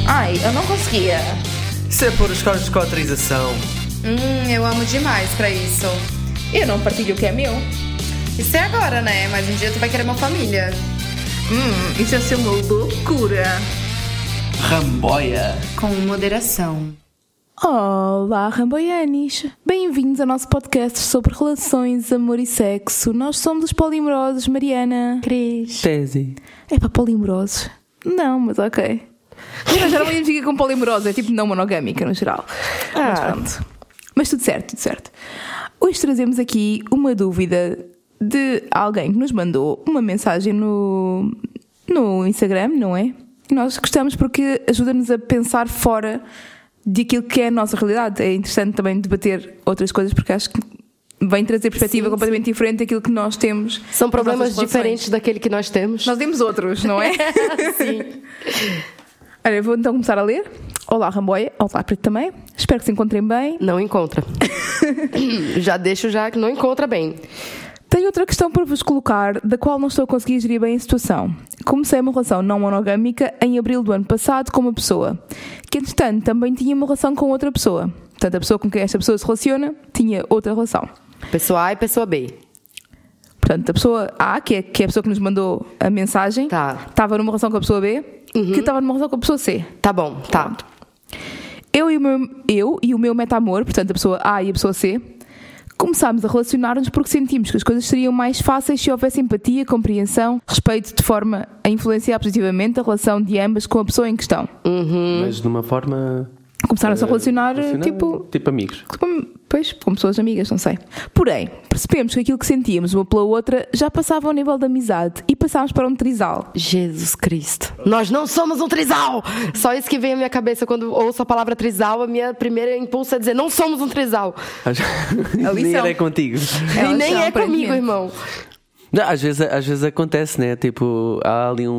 Ai, eu não conseguia. Isso é pôr os cornos com autorização. Eu amo demais pra isso. Eu não partilho o que é meu. Isso é agora, né? Mas um dia tu vai querer uma família. Isso ia ser uma loucura. Ramboia. Com moderação. Olá, Ramboianis! Bem-vindos ao nosso podcast sobre relações, amor e sexo. Nós somos os polimorosos, Mariana, Cris. Tese. É para polimorosos? Não, mas ok. Já não identifica com polimorosa, é tipo não monogâmica no geral. Mas pronto. Mas tudo certo, tudo certo. Hoje trazemos aqui uma dúvida de alguém que nos mandou uma mensagem no Instagram, não é? E nós gostamos porque ajuda-nos a pensar fora daquilo que é a nossa realidade. É interessante também debater outras coisas porque acho que vem trazer perspectiva completamente diferente daquilo que nós temos. São problemas diferentes daquele que nós temos. Nós temos outros, não é? Sim. Olha, eu vou então começar a ler. Olá, Ramboia. Olá, Preto também. Espero que se encontrem bem. Não encontra. Já deixo que não encontra bem. Tenho outra questão para vos colocar, da qual não estou a conseguir gerir bem a situação. Comecei uma relação não monogâmica em abril do ano passado com uma pessoa, que entretanto também tinha uma relação com outra pessoa. Portanto, a pessoa com quem esta pessoa se relaciona tinha outra relação. Pessoa A e pessoa B. Portanto, a pessoa A, que é a pessoa que nos mandou a mensagem, estava numa relação com a pessoa B, que estava numa relação com a pessoa C. Tá bom, tá. Pronto. Eu e o meu meta-amor, portanto a pessoa A e a pessoa C, começámos a relacionar-nos porque sentimos que as coisas seriam mais fáceis se houvesse empatia, compreensão, respeito, de forma a influenciar positivamente a relação de ambas com a pessoa em questão. Mas de uma forma... Começaram-se a relacionar tipo amigos. Pois, como pessoas amigas, não sei. Porém, percebemos que aquilo que sentíamos uma pela outra já passava ao nível da amizade e passámos para um trisal. Jesus Cristo. Nós não somos um trisal! Só isso que vem à minha cabeça quando ouço a palavra trisal. A minha primeira impulso é dizer, não somos um trisal. Nem é contigo. E nem é comigo, irmão. Não, às vezes acontece, né? Tipo, há ali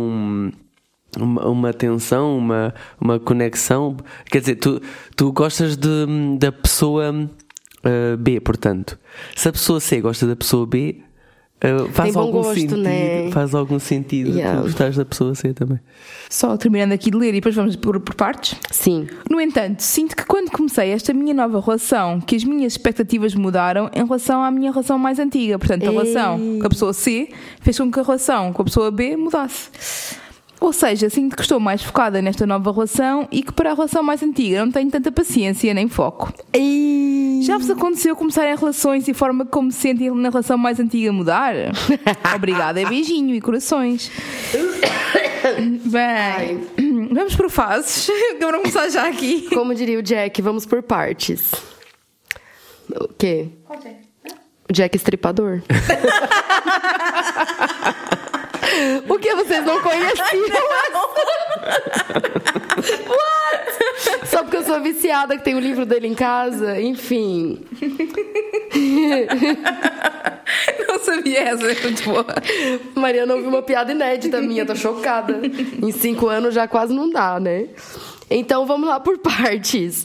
uma tensão, uma conexão. Quer dizer, tu gostas da pessoa B, portanto. Se a pessoa C gosta da pessoa B, faz algum sentido, né? Faz algum sentido tu gostares da pessoa C também. Só terminando aqui de ler e depois vamos por partes. Sim. No entanto, sinto que quando comecei esta minha nova relação, que as minhas expectativas mudaram em relação à minha relação mais antiga. Portanto, a relação com a pessoa C fez com que a relação com a pessoa B mudasse. Ou seja, sinto que estou mais focada nesta nova relação e que para a relação mais antiga não tenho tanta paciência nem foco. Já vos aconteceu começarem relações e a forma como se sentem na relação mais antiga mudar? Obrigada, beijinho e corações. Bem, vamos por fases. Vamos começar já aqui. Como diria o Jack, vamos por partes. O quê? Qual é? O Jack Estripador. O que vocês não conheciam? What? Só porque eu sou viciada, que tem o livro dele em casa. Enfim. Não sabia essa, é muito boa. Mariana ouviu uma piada inédita minha, tô chocada. Em 5 anos já quase não dá, né? Então vamos lá por partes.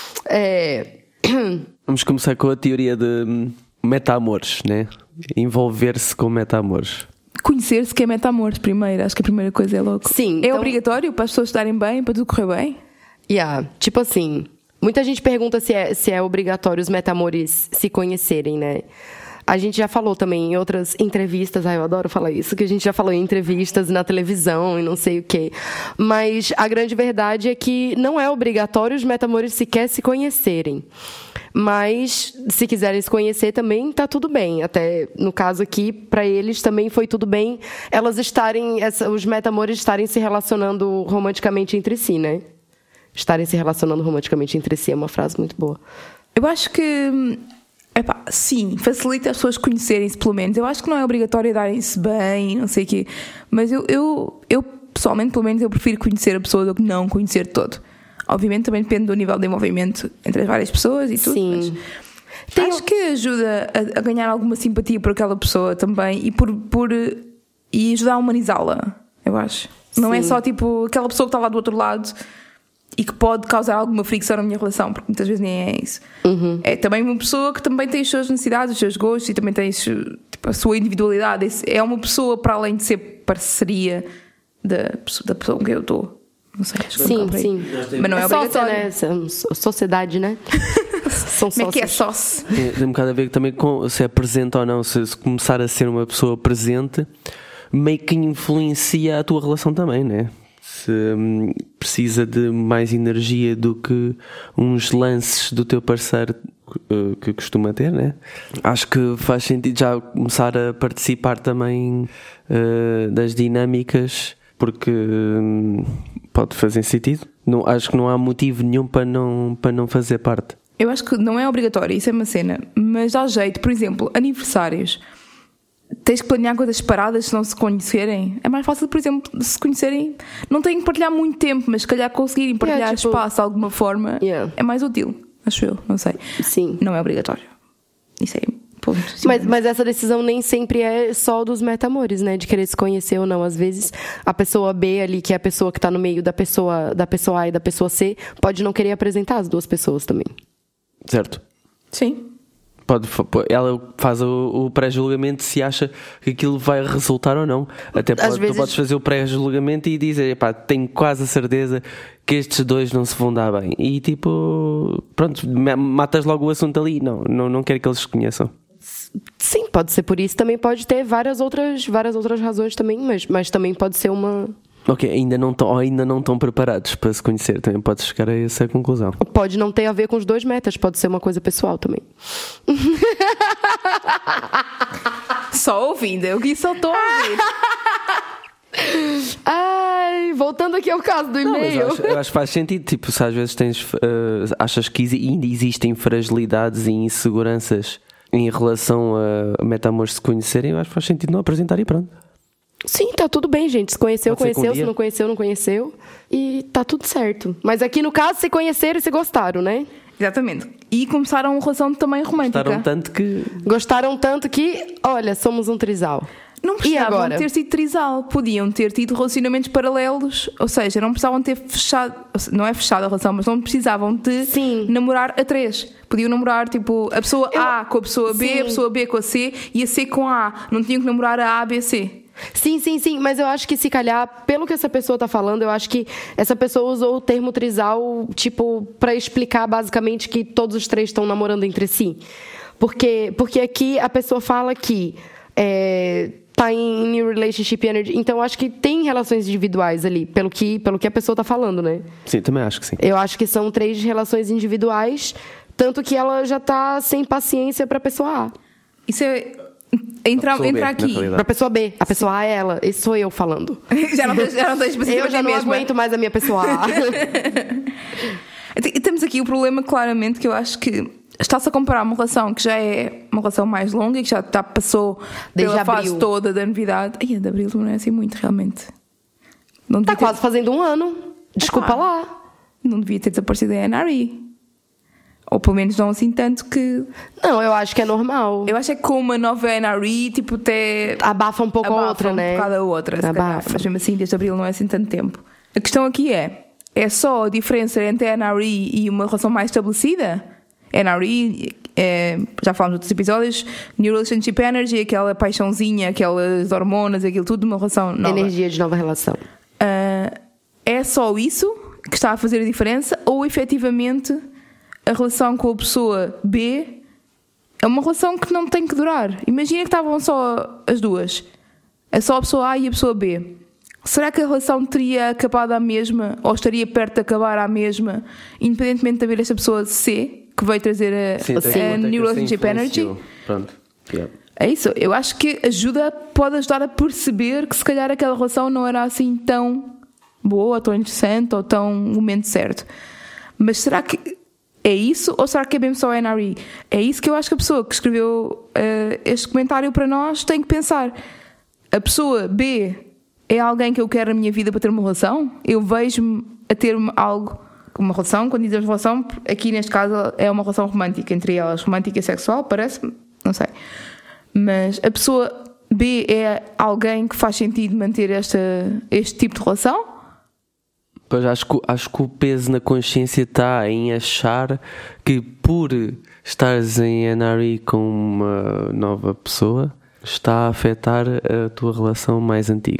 Vamos começar com a teoria de meta-amores, né? Envolver-se com meta-amores. Conhecer-se que é meta-amores primeiro. Acho que a primeira coisa é logo. Sim. É obrigatório para as pessoas estarem bem, para tudo correr bem? Tipo assim, muita gente pergunta se é obrigatório os meta-amores se conhecerem, né? A gente já falou também em outras entrevistas, eu adoro falar isso, que a gente já falou em entrevistas na televisão e não sei o quê. Mas a grande verdade é que não é obrigatório os meta-amores sequer se conhecerem. Mas, se quiserem se conhecer também, tá tudo bem. Até, no caso aqui, para eles também foi tudo bem os meta-amores estarem se relacionando romanticamente entre si, né? Estarem se relacionando romanticamente entre si é uma frase muito boa. Eu acho que... sim, facilita as pessoas conhecerem-se, pelo menos. Eu acho que não é obrigatório darem-se bem, não sei o quê. Mas eu pessoalmente, pelo menos, eu prefiro conhecer a pessoa do que não conhecer todo. Obviamente também depende do nível de envolvimento entre as várias pessoas e tudo. Sim. Mas acho que ajuda a ganhar alguma simpatia por aquela pessoa também e ajudar a humanizá-la, eu acho. Não é só tipo aquela pessoa que está lá do outro lado e que pode causar alguma fricção na minha relação, porque muitas vezes nem é isso. É também uma pessoa que também tem as suas necessidades, os seus gostos e também tem a sua individualidade. É uma pessoa para além de ser parceria da pessoa com quem eu estou. Não sei, acho que Sim, nunca sim. Mas não é sócia, obrigatório. né? Sociedade, né? São Como é que é sócios. sócio? Tem um bocado a ver também com se é presente ou não. Se começar a ser uma pessoa presente, meio que influencia a tua relação também, né? Se precisa de mais energia do que uns lances do teu parceiro que costuma ter, né? Acho que faz sentido já começar a participar também das dinâmicas, porque pode fazer sentido. Não, acho que não há motivo nenhum para não fazer parte. Eu acho que não é obrigatório, isso é uma cena, mas dá jeito. Por exemplo, aniversários. Tens que planear coisas separadas se não se conhecerem. É mais fácil, por exemplo, se conhecerem. Não têm que partilhar muito tempo, mas se calhar conseguirem partilhar espaço de alguma forma é mais útil. Acho eu, não sei. Sim. Não é obrigatório. Isso é ponto. Mas essa decisão nem sempre é só dos metamores, né? De querer se conhecer ou não. Às vezes, a pessoa B ali, que é a pessoa que tá no meio da pessoa A e da pessoa C, pode não querer apresentar as duas pessoas também. Certo? Sim. Ela faz o pré-julgamento se acha que aquilo vai resultar ou não. Até tu podes fazer o pré-julgamento e dizer, pá, tenho quase a certeza que estes dois não se vão dar bem. E tipo, pronto, matas logo o assunto ali. Não quero que eles se conheçam. Sim, pode ser por isso. Também pode ter várias outras razões também, mas também pode ser uma... Ok, ainda não estão preparados para se conhecer. Também podes chegar a essa conclusão. Pode não ter a ver com os dois metas, pode ser uma coisa pessoal também. Só ouvindo, eu que só estou a ouvir. Ai, voltando aqui ao caso do e-mail. Eu acho que faz sentido. Tipo, se às vezes achas que ainda existem fragilidades e inseguranças em relação a metamores se conhecerem, eu acho que faz sentido não apresentar e pronto. Sim, tá tudo bem, gente. Se conheceu, conheceu. Se não conheceu, não conheceu. E tá tudo certo. Mas aqui no caso, se conheceram e se gostaram, né? Exatamente. E começaram uma relação também romântica. Gostaram tanto que, olha, somos um trisal. Não precisavam ter sido trisal, podiam ter tido relacionamentos paralelos, ou seja, não precisavam ter fechado, não é fechado a relação, mas não precisavam de namorar a três. Podiam namorar tipo a pessoa A com a pessoa B, a pessoa B com a C e a C com a A. Não tinham que namorar a A, B, C. Sim, mas eu acho que se calhar, pelo que essa pessoa tá falando, eu acho que essa pessoa usou o termo trisal, tipo, pra explicar basicamente que todos os três estão namorando entre si. Porque aqui a pessoa fala que tá em new relationship energy, então eu acho que tem relações individuais ali, pelo que a pessoa tá falando, né? Sim, também acho que sim. Eu acho que são 3 relações individuais, tanto que ela já tá sem paciência pra pessoa A. Isso é... Entra aqui. Pra pessoa B. A pessoa A é ela. Esse sou eu falando. já não eu já não aguento mais a minha pessoa A. E temos aqui o problema, claramente, que eu acho que está-se a comparar uma relação que já é uma relação mais longa e que já passou pela fase toda da novidade. Ai, de abril não é assim muito, realmente. Está quase fazendo um ano. Desculpa lá. Não devia ter desaparecido a NRE. Ou pelo menos não assim tanto que... Não, eu acho que é normal. Eu acho que com uma nova NRE, tipo, até... Abafa um pouco a outra, né? Um bocado a outra, se calhar. Mas mesmo assim, desde abril não é assim tanto tempo. A questão aqui é só a diferença entre a NRE e uma relação mais estabelecida? NRE, já falámos em outros episódios, New Relationship Energy, aquela paixãozinha, aquelas hormonas, aquilo tudo, uma relação nova. Energia de nova relação. É só isso que está a fazer a diferença? Ou efetivamente... a relação com a pessoa B é uma relação que não tem que durar. Imagina que estavam só as duas. É só a pessoa A e a pessoa B. Será que a relação teria acabado à mesma ou estaria perto de acabar à mesma, independentemente de haver esta pessoa C que veio trazer a New Relationship Energy? Pronto. Yeah. É isso. Eu acho que pode ajudar a perceber que se calhar aquela relação não era assim tão boa, tão interessante ou tão momento certo. Mas será que é isso ou será que é mesmo só a NRE? É isso que eu acho que a pessoa que escreveu este comentário para nós tem que pensar. A pessoa B é alguém que eu quero na minha vida para ter uma relação? Eu vejo-me a ter uma relação, quando dizemos relação, aqui neste caso é uma relação romântica, entre elas, romântica e sexual, parece-me, não sei. Mas a pessoa B é alguém que faz sentido manter este tipo de relação? Pois acho que o peso na consciência está em achar que por estares em NRE com uma nova pessoa está a afetar a tua relação mais antiga.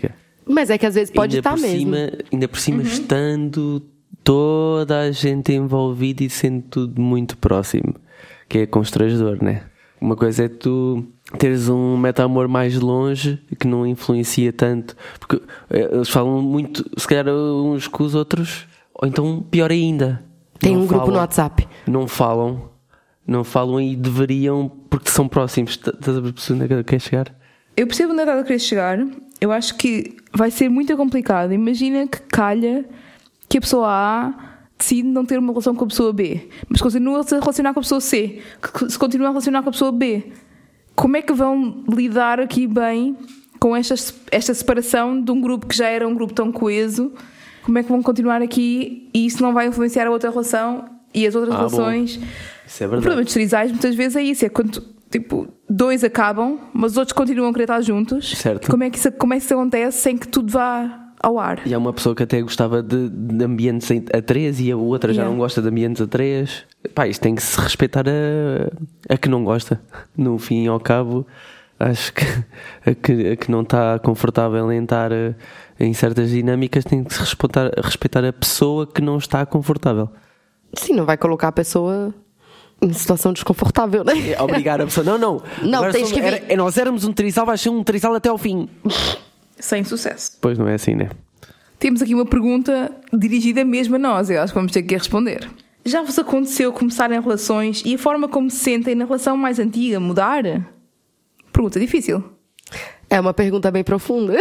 Mas é que às vezes pode estar mesmo. Ainda por cima estando toda a gente envolvida e sendo tudo muito próximo, que é constrangedor, né? Uma coisa é tu teres um meta-amor mais longe que não influencia tanto, porque eles falam muito, se calhar uns com os outros, ou então pior ainda, tem um grupo no WhatsApp. Não falam e deveriam, porque são próximos. Estás a perceber onde é que quer chegar? Eu percebo onde é que ela querer chegar. Eu acho que vai ser muito complicado. Imagina que calha que a pessoa A decide não ter uma relação com a pessoa B, mas continua a se relacionar com a pessoa C, que se continua a relacionar com a pessoa B. Como é que vão lidar aqui bem com esta separação de um grupo que já era um grupo tão coeso? Como é que vão continuar aqui e isso não vai influenciar a outra relação e as outras relações? Bom. Isso é verdade. O problema dos trisais muitas vezes é isso, é quando tipo, dois acabam, mas os outros continuam a querer estar juntos. Certo. Como é que isso acontece sem que tudo vá ao ar? E há uma pessoa que até gostava de ambientes a três e a outra já não gosta de ambientes a três. Pá, isto tem que se respeitar a que não gosta. No fim e ao cabo, acho que a que não está confortável em estar em certas dinâmicas tem que se respeitar a pessoa que não está confortável. Sim, não vai colocar a pessoa em situação desconfortável, né? Obrigar a pessoa. Não. Não, agora tens que vir. nós éramos um trisal, vai ser um trisal até ao fim. Sem sucesso. Pois não é assim, né? Temos aqui uma pergunta dirigida mesmo a nós. Eu acho que vamos ter que responder. Já vos aconteceu começarem relações e a forma como se sentem na relação mais antiga mudar? Pergunta difícil. É uma pergunta bem profunda.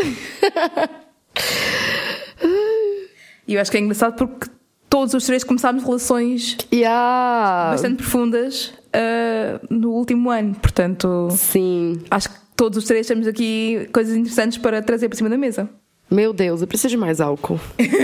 E eu acho que é engraçado porque todos os três começámos relações bastante profundas no último ano. Portanto, sim, acho que todos os três temos aqui coisas interessantes para trazer para cima da mesa. Meu Deus, eu preciso de mais álcool.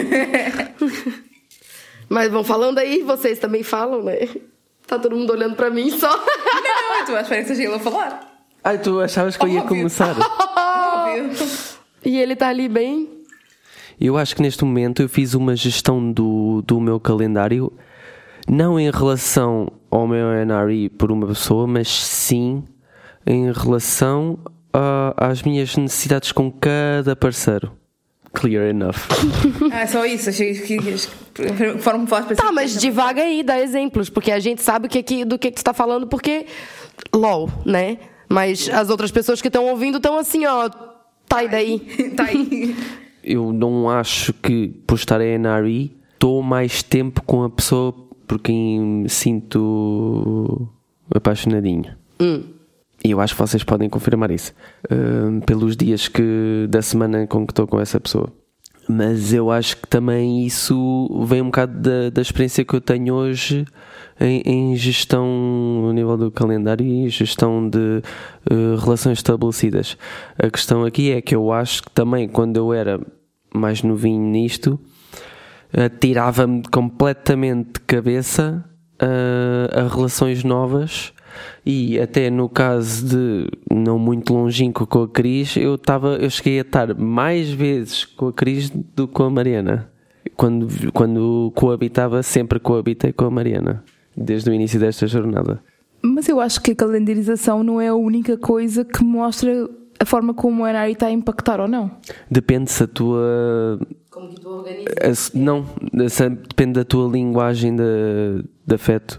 Mas vão falando aí, vocês também falam, né? Tá todo mundo olhando pra mim só. Não, eu estou à espera que seja ele a falar. Ai, tu achavas que eu ia começar? Óbvio. E ele tá ali bem... Eu acho que neste momento eu fiz uma gestão do meu calendário, não em relação ao meu NRE por uma pessoa, mas sim em relação às minhas necessidades com cada parceiro. Clear enough. É só isso. Achei que foram como falar. Tá, mas divaga aí, dá exemplos, porque a gente sabe do que tu tá falando, porque LOL, né? Mas as outras pessoas que estão ouvindo estão assim, ó, tá aí daí. Tá aí. Eu não acho que, por estar em NRE, estou mais tempo com a pessoa por quem me sinto apaixonadinho. E eu acho que vocês podem confirmar isso. Pelos dias da semana com que estou com essa pessoa. Mas eu acho que também isso vem um bocado da experiência que eu tenho hoje em gestão no nível do calendário e gestão de relações estabelecidas. A questão aqui é que eu acho que também quando eu era mais novinho nisto, tirava-me completamente de cabeça a relações novas. E até no caso de não muito longínquo com a Cris, eu cheguei a estar mais vezes com a Cris do que com a Mariana. Quando sempre coabitei com a Mariana, desde o início desta jornada. Mas eu acho que a calendarização não é a única coisa que mostra a forma como o NRE está a impactar ou não. Depende se a tua... Como que tu organizas? Não, depende da tua linguagem de afeto.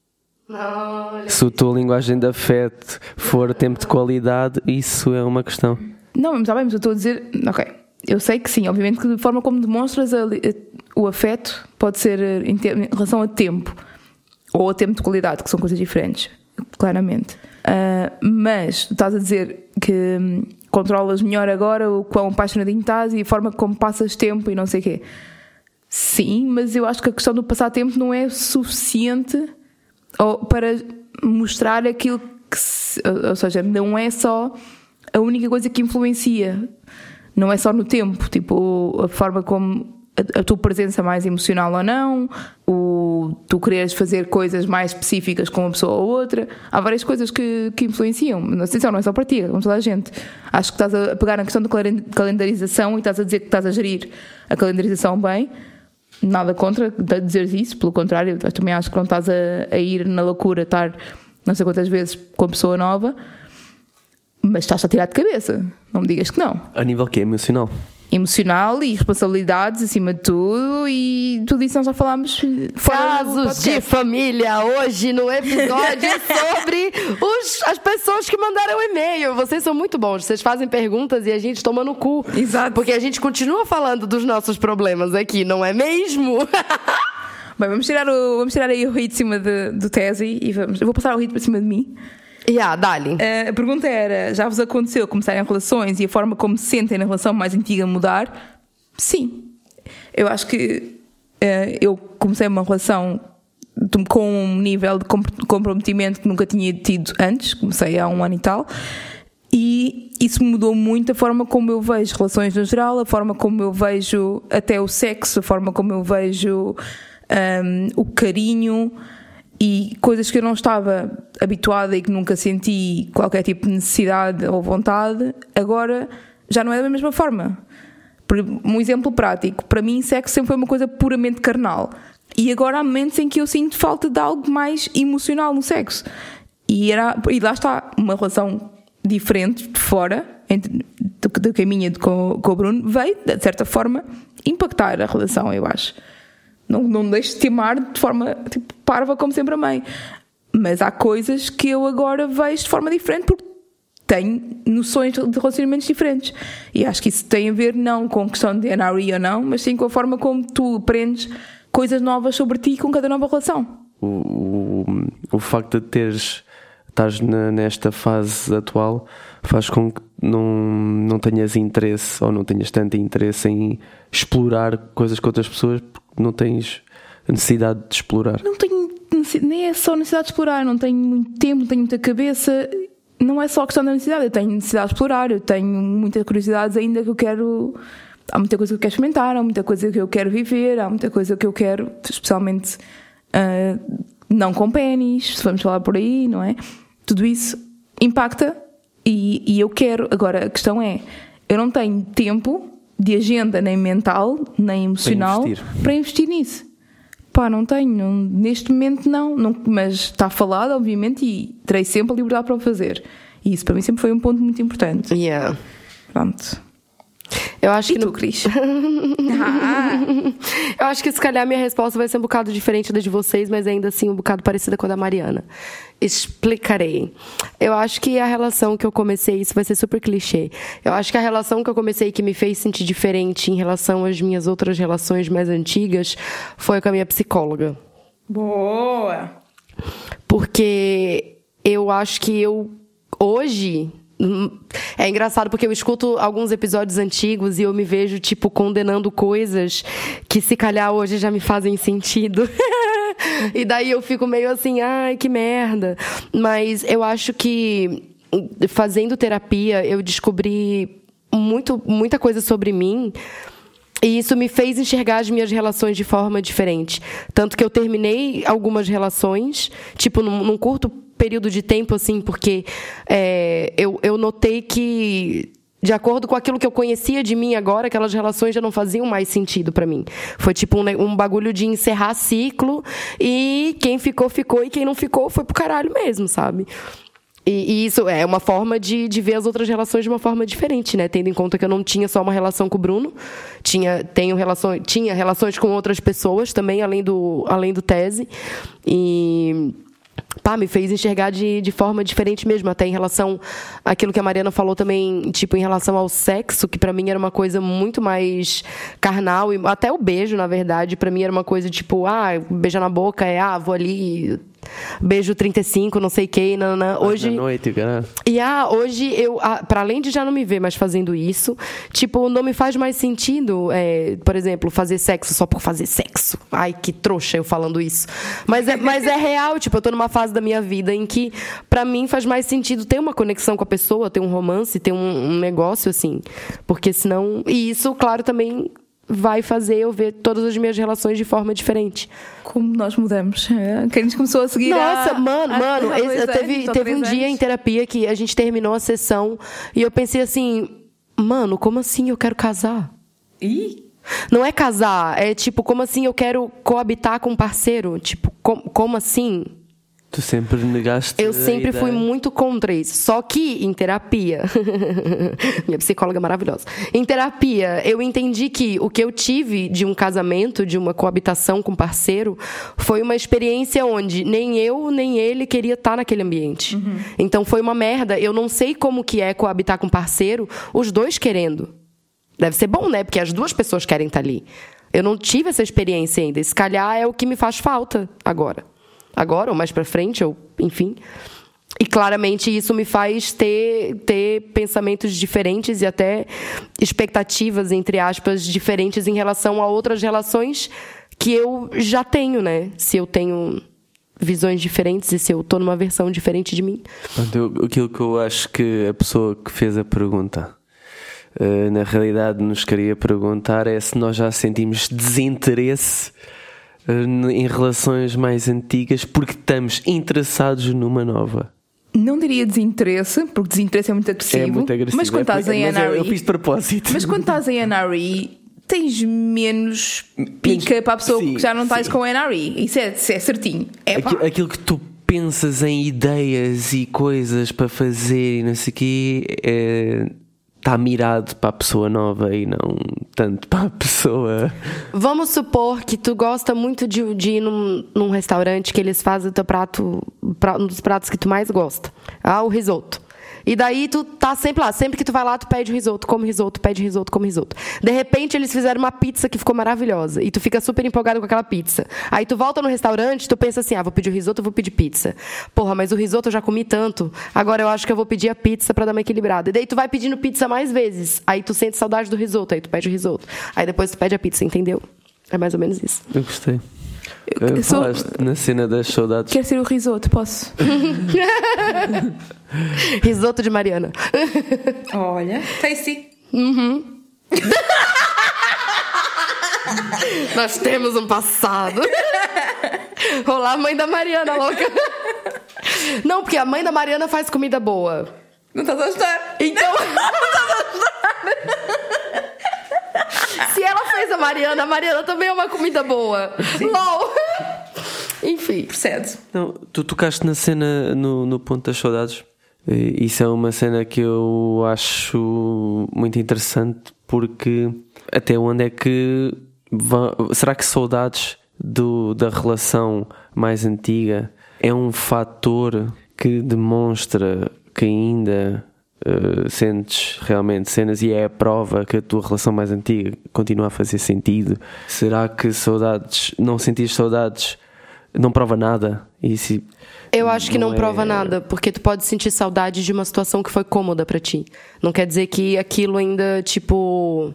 Não, se a tua linguagem de afeto for tempo de qualidade, isso é uma questão. Não, mas está bem, mas eu estou a dizer... Ok, eu sei que sim, obviamente que de forma como demonstras o afeto pode ser em relação a tempo ou a tempo de qualidade, que são coisas diferentes, claramente. Mas tu estás a dizer que controlas melhor agora o quão apaixonadinho estás e a forma como passas tempo e não sei o quê. Sim, mas eu acho que a questão do passar tempo não é suficiente para mostrar aquilo ou seja, não é só a única coisa que influencia, não é só no tempo, tipo a forma como a tua presença mais emocional ou não, tu quereres fazer coisas mais específicas com uma pessoa ou outra. Há várias coisas que influenciam, mas atenção, não é só para ti, é com toda a gente. Acho que estás a pegar na questão da calendarização e estás a dizer que estás a gerir a calendarização bem. Nada contra dizeres isso, pelo contrário, eu também acho que não estás a ir na loucura, estar não sei quantas vezes com a pessoa nova, mas estás a tirar de cabeça, não me digas que não. A nível que é emocional? emocional e responsabilidades acima de tudo, e tudo isso nós já falámos fora do Casos podcast. de família hoje no episódio sobre as pessoas que mandaram e-mail. Vocês são muito bons, vocês fazem perguntas e a gente toma no cu. Exato. Porque a gente continua falando dos nossos problemas aqui, não é mesmo? Bem, vamos tirar aí o Rui de cima do Tese e eu vou passar o Rui para cima de mim. Dá-lhe. A pergunta era: já vos aconteceu começarem relações e a forma como se sentem na relação mais antiga mudar? Sim. Eu acho que eu comecei uma relação com um nível de comprometimento que nunca tinha tido antes. Comecei há 1 ano e tal. E isso mudou muito a forma como eu vejo relações no geral, a forma como eu vejo até o sexo, a forma como eu vejo o carinho. E coisas que eu não estava habituada e que nunca senti qualquer tipo de necessidade ou vontade, agora já não é da mesma forma. Por um exemplo prático, para mim sexo sempre foi uma coisa puramente carnal. E agora há momentos em que eu sinto falta de algo mais emocional no sexo. E lá está, uma relação diferente de fora, do que a minha com o Bruno, veio, de certa forma, impactar a relação, eu acho. Não deixo de te amar de forma tipo, parva, como sempre amei. Mas há coisas que eu agora vejo de forma diferente porque tenho noções de relacionamentos diferentes. E acho que isso tem a ver não com a questão de NRE ou não, mas sim com a forma como tu aprendes coisas novas sobre ti com cada nova relação. O facto de estás nesta fase atual faz com que não tenhas interesse ou não tenhas tanto interesse em explorar coisas com outras pessoas porque não tens necessidade de explorar. Não tenho nem é só necessidade de explorar, não tenho muito tempo, não tenho muita cabeça. Não é só a questão da necessidade, eu tenho necessidade de explorar, eu tenho muitas curiosidades ainda que eu quero. Há muita coisa que eu quero experimentar, há muita coisa que eu quero viver, há muita coisa que eu quero, especialmente não com pênis, se vamos falar por aí, não é? Tudo isso impacta e eu quero. Agora, a questão é, eu não tenho tempo de agenda nem mental, nem emocional para investir nisso. Pá, não tenho, neste momento não, mas está falado, obviamente, e terei sempre a liberdade para o fazer. E isso para mim sempre foi um ponto muito importante. Yeah. Pronto. Eu acho que tu, Cris? Eu acho que se calhar minha resposta vai ser um bocado diferente da de vocês, mas ainda assim um bocado parecida com a da Mariana. Explicarei. Eu acho que a relação que eu comecei, isso vai ser super clichê. Eu acho que a relação que eu comecei que me fez sentir diferente em relação às minhas outras relações mais antigas foi com a minha psicóloga. Boa! Porque eu acho que hoje... É engraçado porque eu escuto alguns episódios antigos e eu me vejo, tipo, condenando coisas que se calhar hoje já me fazem sentido. E daí eu fico meio assim, ai, que merda. Mas eu acho que fazendo terapia eu descobri muita coisa sobre mim. E isso me fez enxergar as minhas relações de forma diferente. Tanto que eu terminei algumas relações, tipo, num curto período de tempo, assim, porque eu notei que, de acordo com aquilo que eu conhecia de mim agora, aquelas relações já não faziam mais sentido pra mim. Foi tipo um bagulho de encerrar ciclo e quem ficou, ficou e quem não ficou foi pro caralho mesmo, sabe? E isso é uma forma de ver as outras relações de uma forma diferente, né? Tendo em conta que eu não tinha só uma relação com o Bruno, tinha relações com outras pessoas também, além do Tese. E... me fez enxergar de forma diferente mesmo, até em relação àquilo que a Mariana falou também, tipo, em relação ao sexo, que pra mim era uma coisa muito mais carnal, e até o beijo, na verdade, pra mim era uma coisa tipo, beijar na boca, vou ali, beijo 35, não sei o que, hoje... noite, cara. E hoje eu, pra além de já não me ver mais fazendo isso, tipo, não me faz mais sentido, por exemplo, fazer sexo só por fazer sexo. Ai, que trouxa eu falando isso. Mas é real, tipo, eu tô numa fase da minha vida em que, pra mim, faz mais sentido ter uma conexão com a pessoa, ter um romance, ter um negócio, assim. Porque senão... E isso, claro, também vai fazer eu ver todas as minhas relações de forma diferente. Como nós mudamos. Que a gente começou a seguir. Nossa, mano, teve um dia em terapia que a gente terminou a sessão e eu pensei assim, mano, como assim eu quero casar? Ih? Não é casar, é tipo, como assim eu quero coabitar com um parceiro? Tipo, como assim? Tu sempre negaste. Eu sempre fui muito contra isso. Só que em terapia, minha psicóloga é maravilhosa. Em terapia, eu entendi que o que eu tive de um casamento, de uma coabitação com parceiro, foi uma experiência onde nem eu, nem ele queria estar naquele ambiente. Então foi uma merda. Eu não sei como que é coabitar com parceiro, os dois querendo. Deve ser bom, né? Porque as duas pessoas querem estar ali. Eu não tive essa experiência ainda. Se calhar é o que me faz falta agora, ou mais pra frente, ou enfim. E claramente isso me faz ter pensamentos diferentes e até expectativas, entre aspas, diferentes em relação a outras relações que eu já tenho, né? Se eu tenho visões diferentes e se eu tô numa versão diferente de mim. Aquilo que eu acho que a pessoa que fez a pergunta, na realidade nos queria perguntar é se nós já sentimos desinteresse em relações mais antigas porque estamos interessados numa nova. Não diria desinteresse, porque desinteresse é muito agressivo. É muito agressivo. Mas quando estás em NRE... Eu fiz de propósito. Mas quando estás em NRE, tens menos pica para a pessoa que já não estás com NRE. Isso é certinho. Aquilo que tu pensas em ideias e coisas para fazer e não sei o quê... está mirado para a pessoa nova e não tanto para a pessoa... Vamos supor que tu gosta muito de ir num restaurante que eles fazem o teu prato, um dos pratos que tu mais gosta. O risoto. E daí tu tá sempre lá. Sempre que tu vai lá, tu pede risoto, come risoto, pede risoto, come risoto. De repente, eles fizeram uma pizza que ficou maravilhosa. E tu fica super empolgado com aquela pizza. Aí tu volta no restaurante, tu pensa assim, vou pedir o risoto, vou pedir pizza. Porra, mas o risoto eu já comi tanto. Agora eu acho que eu vou pedir a pizza pra dar uma equilibrada. E daí tu vai pedindo pizza mais vezes. Aí tu sente saudade do risoto, aí tu pede o risoto. Aí depois tu pede a pizza, entendeu? É mais ou menos isso. Eu gostei. Falaste na cena das saudades. Quero ser o risoto, posso? Risoto de Mariana. Olha, tasty. Nós temos um passado. Olá, mãe da Mariana, louca. Não, porque a mãe da Mariana faz comida boa. Não estás a gostar? Então... Se ela fez a Mariana também é uma comida boa. LOL. Enfim. Procede. Não, tu tocaste na cena no ponto das saudades. Isso é uma cena que eu acho muito interessante porque até onde é que será que saudades da relação mais antiga é um fator que demonstra que ainda sentes realmente cenas e é a prova que a tua relação mais antiga continua a fazer sentido? Será que saudades, não sentir saudades não prova nada? Eu acho que não prova nada, porque tu pode sentir saudade de uma situação que foi cômoda pra ti. Não quer dizer que aquilo ainda, tipo...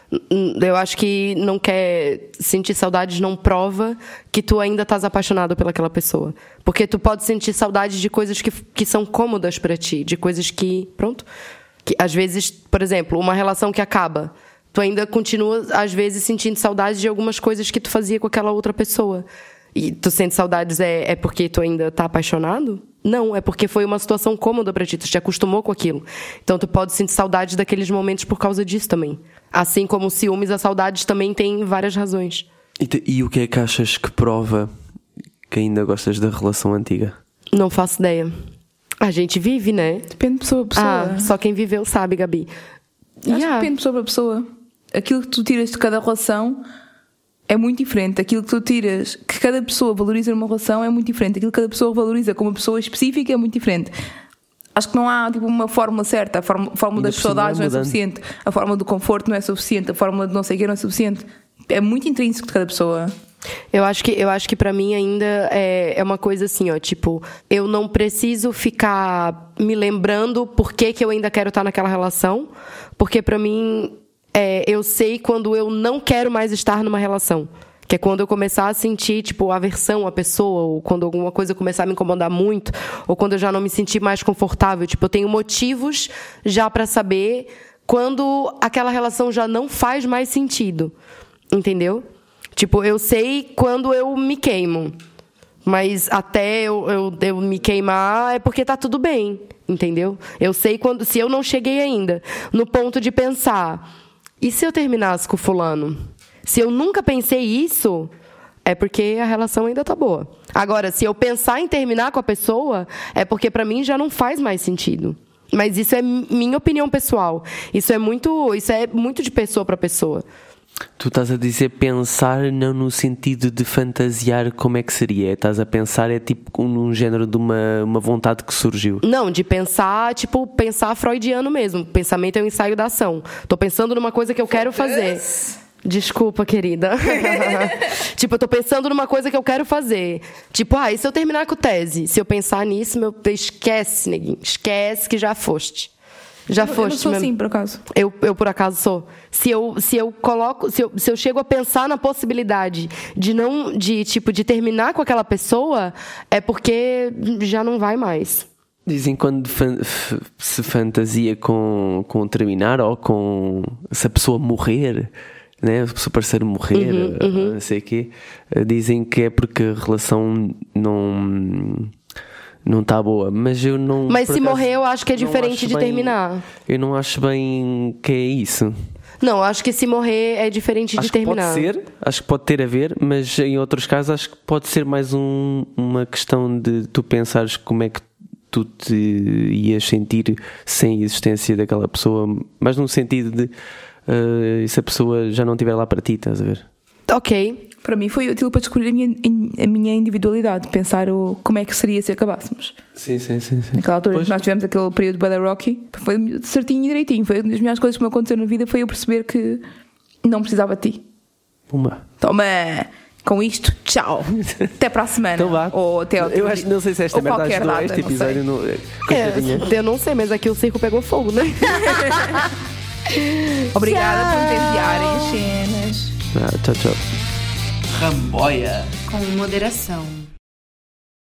Eu acho que não quer sentir saudade não prova que tu ainda estás apaixonado pelaquela pessoa. Porque tu pode sentir saudade de coisas que são cômodas pra ti, de coisas que, pronto, que às vezes, por exemplo, uma relação que acaba, tu ainda continua às vezes sentindo saudade de algumas coisas que tu fazia com aquela outra pessoa. E tu sente saudades é porque tu ainda tá apaixonado? Não, é porque foi uma situação cômoda pra ti, tu te acostumou com aquilo. Então tu pode sentir saudade daqueles momentos por causa disso também. Assim como ciúmes, a saudade também tem várias razões. E o que é que achas que prova que ainda gostas da relação antiga? Não faço ideia. A gente vive, né? Depende de pessoa a pessoa. Só quem viveu sabe, Gabi. Acho que depende de pessoa para pessoa. Aquilo que tu tiras de cada relação é muito diferente. Aquilo que tu tiras, que cada pessoa valoriza numa relação é muito diferente. Aquilo que cada pessoa valoriza como uma pessoa específica é muito diferente. Acho que não há tipo, uma fórmula certa. A fórmula das saudades não é suficiente. A fórmula do conforto não é suficiente. A fórmula de não sei o que não é suficiente. É muito intrínseco de cada pessoa. Eu acho que pra mim ainda é uma coisa assim, tipo, eu não preciso ficar me lembrando por que eu ainda quero estar naquela relação, porque pra mim eu sei quando eu não quero mais estar numa relação. Que é quando eu começar a sentir, tipo, aversão à pessoa, ou quando alguma coisa começar a me incomodar muito, ou quando eu já não me sentir mais confortável. Tipo, eu tenho motivos já pra saber quando aquela relação já não faz mais sentido. Entendeu? Tipo, eu sei quando eu me queimo. Mas até eu me queimar é porque tá tudo bem. Entendeu? Eu sei se eu não cheguei ainda no ponto de pensar, e se eu terminasse com o fulano? Se eu nunca pensei isso, é porque a relação ainda tá boa. Agora, se eu pensar em terminar com a pessoa, é porque pra mim já não faz mais sentido. Mas isso é minha opinião pessoal. Isso é muito de pessoa pra pessoa. Tu estás a dizer pensar não no sentido de fantasiar como é que seria. Estás a pensar tipo num género de uma vontade que surgiu. Não, de pensar, tipo, pensar freudiano mesmo. Pensamento é um ensaio da ação. Tô pensando numa coisa que eu quero fazer. Desculpa, querida. Tipo, eu tô pensando numa coisa que eu quero fazer. Tipo, e se eu terminar com tese? Se eu pensar nisso, esquece, neguinho. Esquece que já foste. Já foste. Eu não sou mesmo. assim, por acaso. Eu por acaso sou. Se eu chego a pensar na possibilidade de terminar com aquela pessoa, é porque já não vai mais. Dizem quando se fantasia com terminar ou com se a pessoa morrer, né? Se o parceiro morrer, não sei o quê, dizem que é porque a relação não está boa, mas eu não. Mas se morrer, eu acho que é diferente de terminar. Eu não acho bem que é isso. Não, acho que se morrer é diferente de terminar. Pode ser, acho que pode ter a ver, mas em outros casos acho que pode ser mais uma questão de tu pensares como é que tu te ias sentir sem a existência daquela pessoa, mas num sentido de se a pessoa já não estiver lá para ti, estás a ver? Ok. Para mim foi útil para descobrir a minha individualidade, pensar como é que seria se acabássemos. Sim. Naquela altura que nós tivemos aquele período Bada Rocky, foi certinho e direitinho. Foi uma das melhores coisas que me aconteceu na vida, foi eu perceber que não precisava de ti. Pumba. Toma! Com isto, tchau. Até para a semana. Então vá. Ou até outro Eu acho, não sei se esta ou merda qualquer ajudou data, este episódio. Coitadinha. Eu não sei, mas aqui o circo pegou fogo, né? Obrigada por me enviarem as cenas. Tchau. Ramboia. Com moderação.